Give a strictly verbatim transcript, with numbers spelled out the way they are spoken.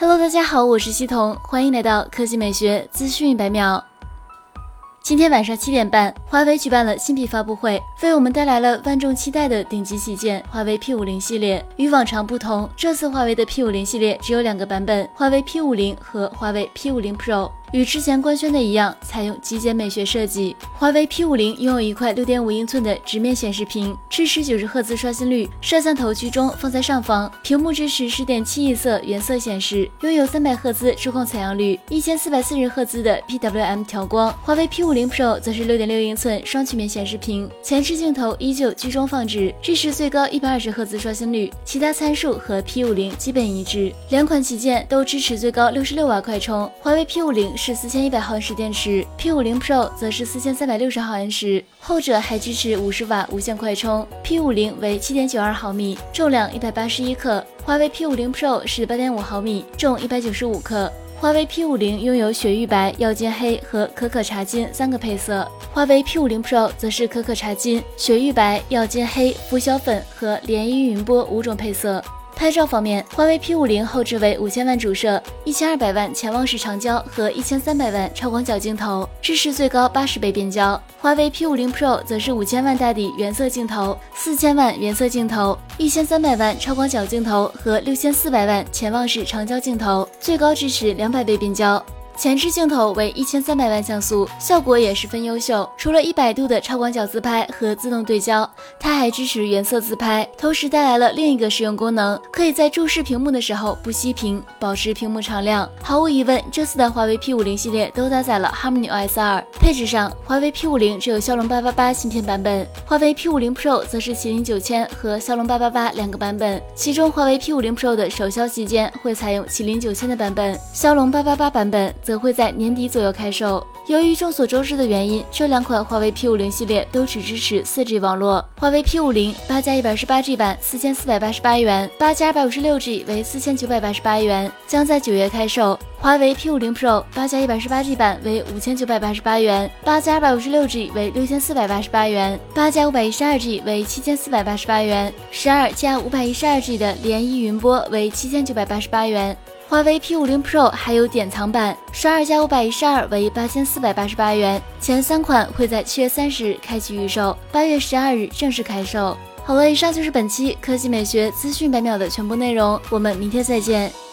Hello， 大家好，我是西彤，欢迎来到科技美学资讯一百秒。今天晚上七点半，华为举办了新品发布会，为我们带来了万众期待的顶级旗舰华为 P 五十 系列。与往常不同，这次华为的 P 五十 系列只有两个版本，华为 P 五十 和华为 P 五十 Pro。与之前官宣的一样，采用极简美学设计。华为 P 五十 拥有一块 六点五英寸的直面显示屏，支持九十赫兹刷新率，摄像头居中放在上方，屏幕支持 十点七亿色原色显示，拥有三百赫兹触控采样率，一千四百四十赫兹的 P W M 调光。华为 P 五十 Pro 则是 六点六英寸双曲面显示屏，前置镜头依旧居中放置，支持最高一百二十赫兹刷新率，其他参数和 P 五十 基本一致。两款旗舰都支持最高六十六瓦快充，华为 P 五十是四千一百毫安时电池 ，P 五十 Pro 则是四千三百六十毫安时，后者还支持五十瓦无线快充。P 五十 为 七点九二毫米，重量一百八十一克，华为 P 五十 Pro 是 八点五毫米，重一百九十五克。华为 P 五十 拥有雪域白、药金黑和可可茶金三个配色，华为 P 五十 Pro 则是可可茶金、雪域白、药金黑、拂晓粉和涟漪云波五种配色。拍照方面，华为 P 五十 后置为五千万主摄、一千二百万潜望式长焦和一千三百万超广角镜头，支持最高八十倍变焦。华为 P 五十 Pro 则是五千万大底原色镜头、四千万原色镜头、一千三百万超广角镜头和六千四百万潜望式长焦镜头，最高支持两百倍变焦。前置镜头为一千三百万像素，效果也十分优秀。除了一百度的超广角自拍和自动对焦，它还支持原色自拍，同时带来了另一个实用功能，可以在注视屏幕的时候不熄屏，保持屏幕常亮。毫无疑问，这次的华为 P 五十 系列都搭载了 HarmonyOS 二。配置上，华为 P 五十只有骁龙八八八芯片版本，华为 P 五十 Pro 则是麒麟九千和骁龙八八八两个版本，其中华为 P 五十 Pro 的首销期间会采用麒麟九千的版本，骁龙八八八版本则会在年底左右开售。由于众所周知的原因，这两款华为 P 五十 系列都只支持 四 G 网络。华为 P 五十 八加一百二十八 G 版四千四百八十八元，八加二百五十六 G 为四千九百八十八元，将在九月开售。华为 P 五十 Pro 八加一百二十八 G 版为五千九百八十八元，八加二百五十六 G 为六千四百八十八元，八加五百一十二 G 为七千四百八十八元，十二加五百一十二 G 的涟漪云波为七千九百八十八元。华为 P 五十 Pro 还有典藏版，十二加五百一十二为八千四百八十八元，前三款会在七月三十日开启预售，八月十二日正式开售。好了，以上就是本期科技美学资讯百秒的全部内容，我们明天再见。